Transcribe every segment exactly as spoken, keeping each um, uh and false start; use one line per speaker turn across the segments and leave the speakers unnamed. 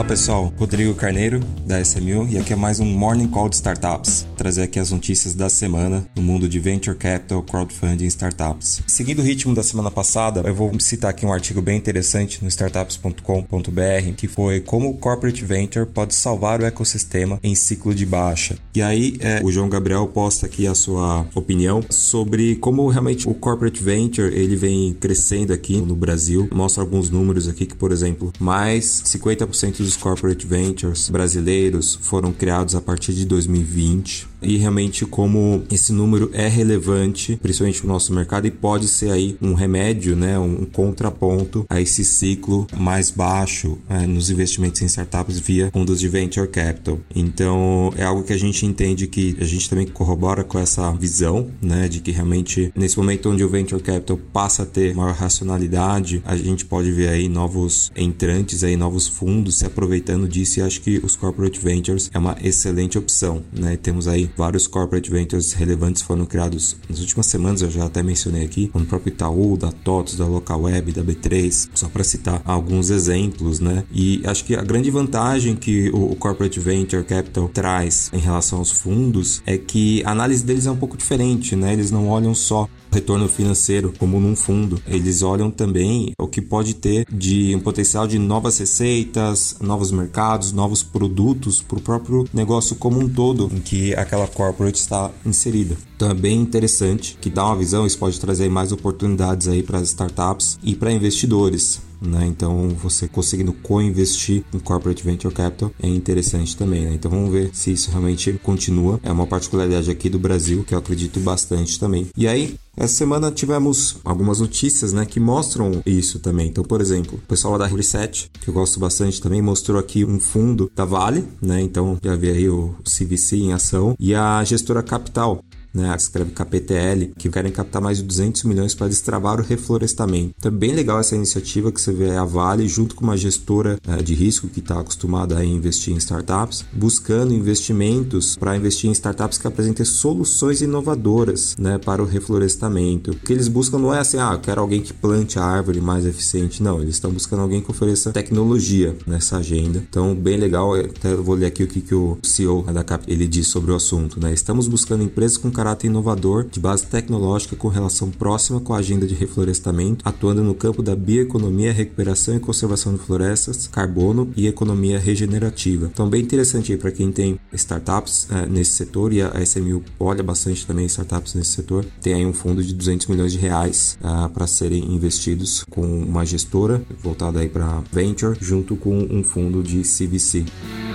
Fala pessoal, Rodrigo Carneiro da S M U e aqui é mais um Morning Call de Startups. Vou trazer aqui as notícias da semana no mundo de Venture Capital, Crowdfunding e Startups. Seguindo o ritmo da semana passada, eu vou citar aqui um artigo bem interessante no startups ponto com ponto b r que foi como o Corporate Venture pode salvar o ecossistema em ciclo de baixa. E aí é, o João Gabriel posta aqui a sua opinião sobre como realmente o Corporate Venture ele vem crescendo aqui no Brasil. Mostra alguns números aqui que, por exemplo, mais cinquenta por cento dos corporate ventures brasileiros foram criados a partir de dois mil e vinte. E realmente como esse número é relevante, principalmente no nosso mercado, e pode ser aí um remédio, né, um contraponto a esse ciclo mais baixo é, nos investimentos em startups via fundos de venture capital. Então é algo que a gente entende que a gente também corrobora com essa visão, né, de que realmente nesse momento onde o venture capital passa a ter maior racionalidade, a gente pode ver aí novos entrantes, aí novos fundos se aproveitando disso, e acho que os corporate ventures é uma excelente opção, né? Temos aí vários corporate ventures relevantes foram criados nas últimas semanas, eu já até mencionei aqui, no próprio Itaú, da TOTOS, da Localweb, da B três, só para citar alguns exemplos, né? E acho que a grande vantagem que o Corporate Venture Capital traz em relação aos fundos é que a análise deles é um pouco diferente, né? Eles não olham só retorno financeiro como num fundo, eles olham também o que pode ter de um potencial de novas receitas, novos mercados, novos produtos para o próprio negócio como um todo em que aquela corporate está inserida. Então é bem interessante, que dá uma visão, isso pode trazer mais oportunidades aí para as startups e para investidores, né? Então você conseguindo co-investir em Corporate Venture Capital é interessante também, né? Então vamos ver se isso realmente continua. É uma particularidade aqui do Brasil que eu acredito bastante também. E aí, essa semana tivemos algumas notícias, né, que mostram isso também. Então, por exemplo, o pessoal lá da Reset, que eu gosto bastante também, mostrou aqui um fundo da Vale, né? Então já vi aí o C V C em ação, e a gestora Capital, né, escreve K P T L, que querem captar mais de duzentos milhões para destravar o reflorestamento. Então é bem legal essa iniciativa que você vê a Vale junto com uma gestora uh, de risco que está acostumada a investir em startups, buscando investimentos para investir em startups que apresentem soluções inovadoras, né, para o reflorestamento. O que eles buscam não é assim, ah, eu quero alguém que plante a árvore mais eficiente. Não, eles estão buscando alguém que ofereça tecnologia nessa agenda. Então, bem legal. Eu até vou ler aqui o que, que o C E O da Cap ele diz sobre o assunto, né? Estamos buscando empresas com caráter inovador, de base tecnológica com relação próxima com a agenda de reflorestamento, atuando no campo da bioeconomia, recuperação e conservação de florestas, carbono e economia regenerativa. Então, bem interessante aí para quem tem startups é, nesse setor, e a S M U olha bastante também startups nesse setor. Tem aí um fundo de duzentos milhões de reais uh, para serem investidos com uma gestora voltada aí para venture, junto com um fundo de C V C.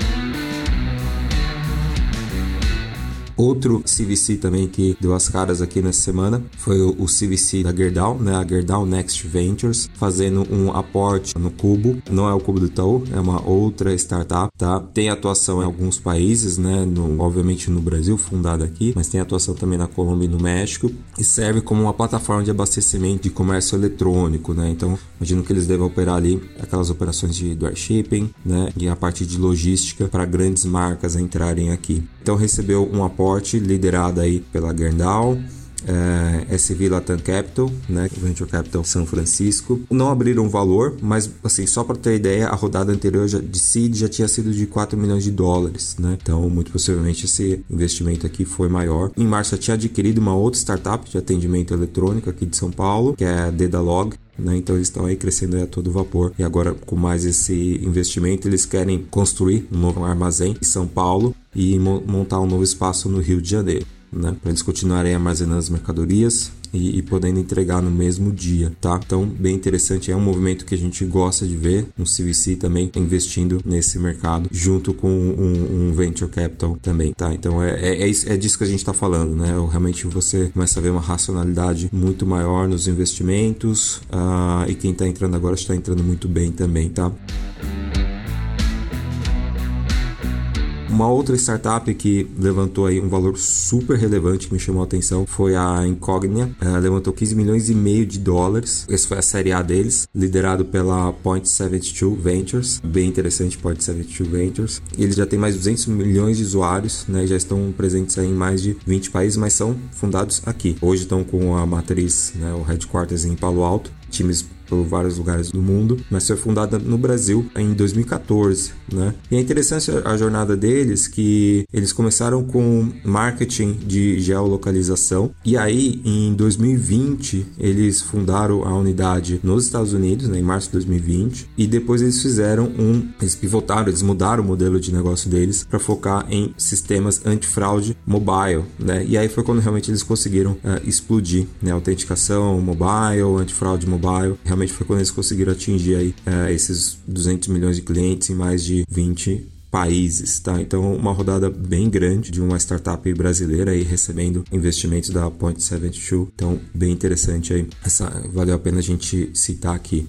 Outro C V C também que deu as caras aqui nessa semana foi o C V C da Gerdau, né? A Gerdau Next Ventures, fazendo um aporte no Cubo. Não é o Cubo do Itaú, é uma outra startup, tá? Tem atuação em alguns países, né? No, obviamente no Brasil, fundada aqui, mas tem atuação também na Colômbia e no México, e serve como uma plataforma de abastecimento de comércio eletrônico, né? Então, imagino que eles devem operar ali aquelas operações de dropshipping, né? E a parte de logística para grandes marcas entrarem aqui. Então, recebeu um aporte liderada aí pela Gerdau, é, S V Latam Capital, né, Venture Capital São Francisco. Não abriram valor, mas assim, só para ter ideia, a rodada anterior de seed já tinha sido de quatro milhões de dólares, né? Então, muito possivelmente esse investimento aqui foi maior. Em março já tinha adquirido uma outra startup de atendimento eletrônico aqui de São Paulo, que é a Dedalog, né? Então eles estão aí crescendo aí a todo vapor, e agora com mais esse investimento eles querem construir um novo armazém em São Paulo e mo- montar um novo espaço no Rio de Janeiro, né? Para eles continuarem armazenando as mercadorias e, e podendo entregar no mesmo dia, tá? Então, bem interessante, é um movimento que a gente gosta de ver, um C V C também investindo nesse mercado, junto com um, um Venture Capital também, tá? Então, é, é, é, isso, é disso que a gente está falando, né? Realmente você começa a ver uma racionalidade muito maior nos investimentos, uh, e quem está entrando agora está entrando muito bem também, tá? Uma outra startup que levantou aí um valor super relevante que me chamou a atenção foi a Incognia. Ela levantou quinze milhões e meio de dólares. Essa foi a série A deles, liderado pela Point setenta e dois Ventures. Bem interessante, Point setenta e dois Ventures. Eles já têm mais de duzentos milhões de usuários, né? Já estão presentes aí em mais de vinte países, mas são fundados aqui. Hoje estão com a matriz, né, o headquarters em Palo Alto. Times por vários lugares do mundo, mas foi fundada no Brasil em dois mil e quatorze, né? E é interessante a jornada deles, que eles começaram com marketing de geolocalização, e aí em dois mil e vinte eles fundaram a unidade nos Estados Unidos, né, em março de dois mil e vinte, e depois eles fizeram um, eles pivotaram, eles mudaram o modelo de negócio deles para focar em sistemas antifraude mobile, né? E aí foi quando realmente eles conseguiram uh, explodir, né? Autenticação mobile, antifraude mobile, realmente foi quando eles conseguiram atingir aí uh, esses duzentos milhões de clientes em mais de vinte países, tá? Então, uma rodada bem grande de uma startup brasileira aí recebendo investimentos da Point setenta e dois. Então, bem interessante aí. Essa, valeu a pena a gente citar aqui.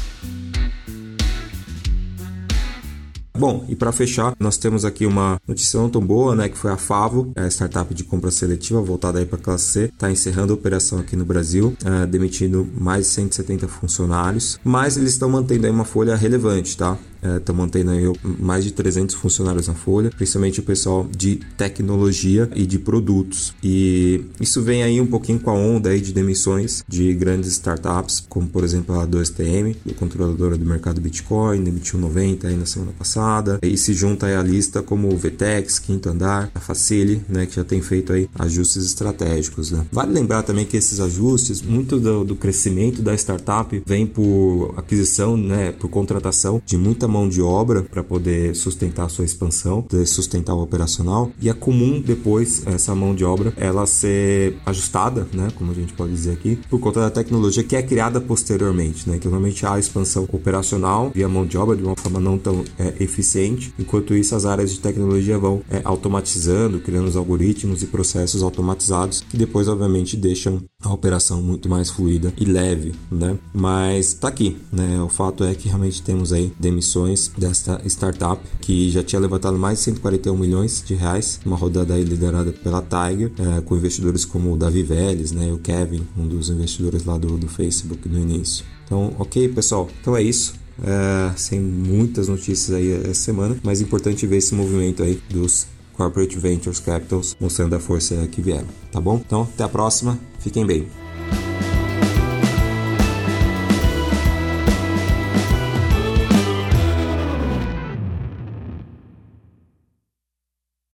Bom, e para fechar, nós temos aqui uma notícia não tão boa, né, que foi a Favo, a startup de compra seletiva voltada aí para a classe C, está encerrando a operação aqui no Brasil, uh, demitindo mais de cento e setenta funcionários, mas eles estão mantendo aí uma folha relevante, tá? Estão uh, mantendo aí mais de trezentos funcionários na folha, principalmente o pessoal de tecnologia e de produtos. E isso vem aí um pouquinho com a onda aí de demissões de grandes startups, como por exemplo a dois T M, controladora do mercado Bitcoin, demitiu noventa aí na semana passada. E se junta aí a lista como o Vtex, Quinto Andar, a Facile, né, que já tem feito aí ajustes estratégicos, né? Vale lembrar também que esses ajustes, muito do, do crescimento da startup vem por aquisição, né, por contratação de muita mão de obra para poder sustentar a sua expansão, poder sustentar o operacional, e é comum depois essa mão de obra ela ser ajustada, né, como a gente pode dizer aqui, por conta da tecnologia que é criada posteriormente, né, que normalmente há a expansão operacional via mão de obra de uma forma não tão é, eficiente, enquanto isso as áreas de tecnologia vão é, automatizando, criando os algoritmos e processos automatizados que depois obviamente deixam a operação muito mais fluida e leve, né? Mas tá aqui, né? O fato é que realmente temos aí demissões desta startup que já tinha levantado mais de cento e quarenta e um milhões de reais, uma rodada aí liderada pela Tiger, é, com investidores como o Davi Vélez, né? O Kevin, um dos investidores lá do, do Facebook no início. Então, ok, pessoal? Então é isso. É, sem muitas notícias aí essa semana, mas é importante ver esse movimento aí dos Corporate Ventures Capitals mostrando a força que vieram, tá bom? Então, até a próxima, fiquem bem.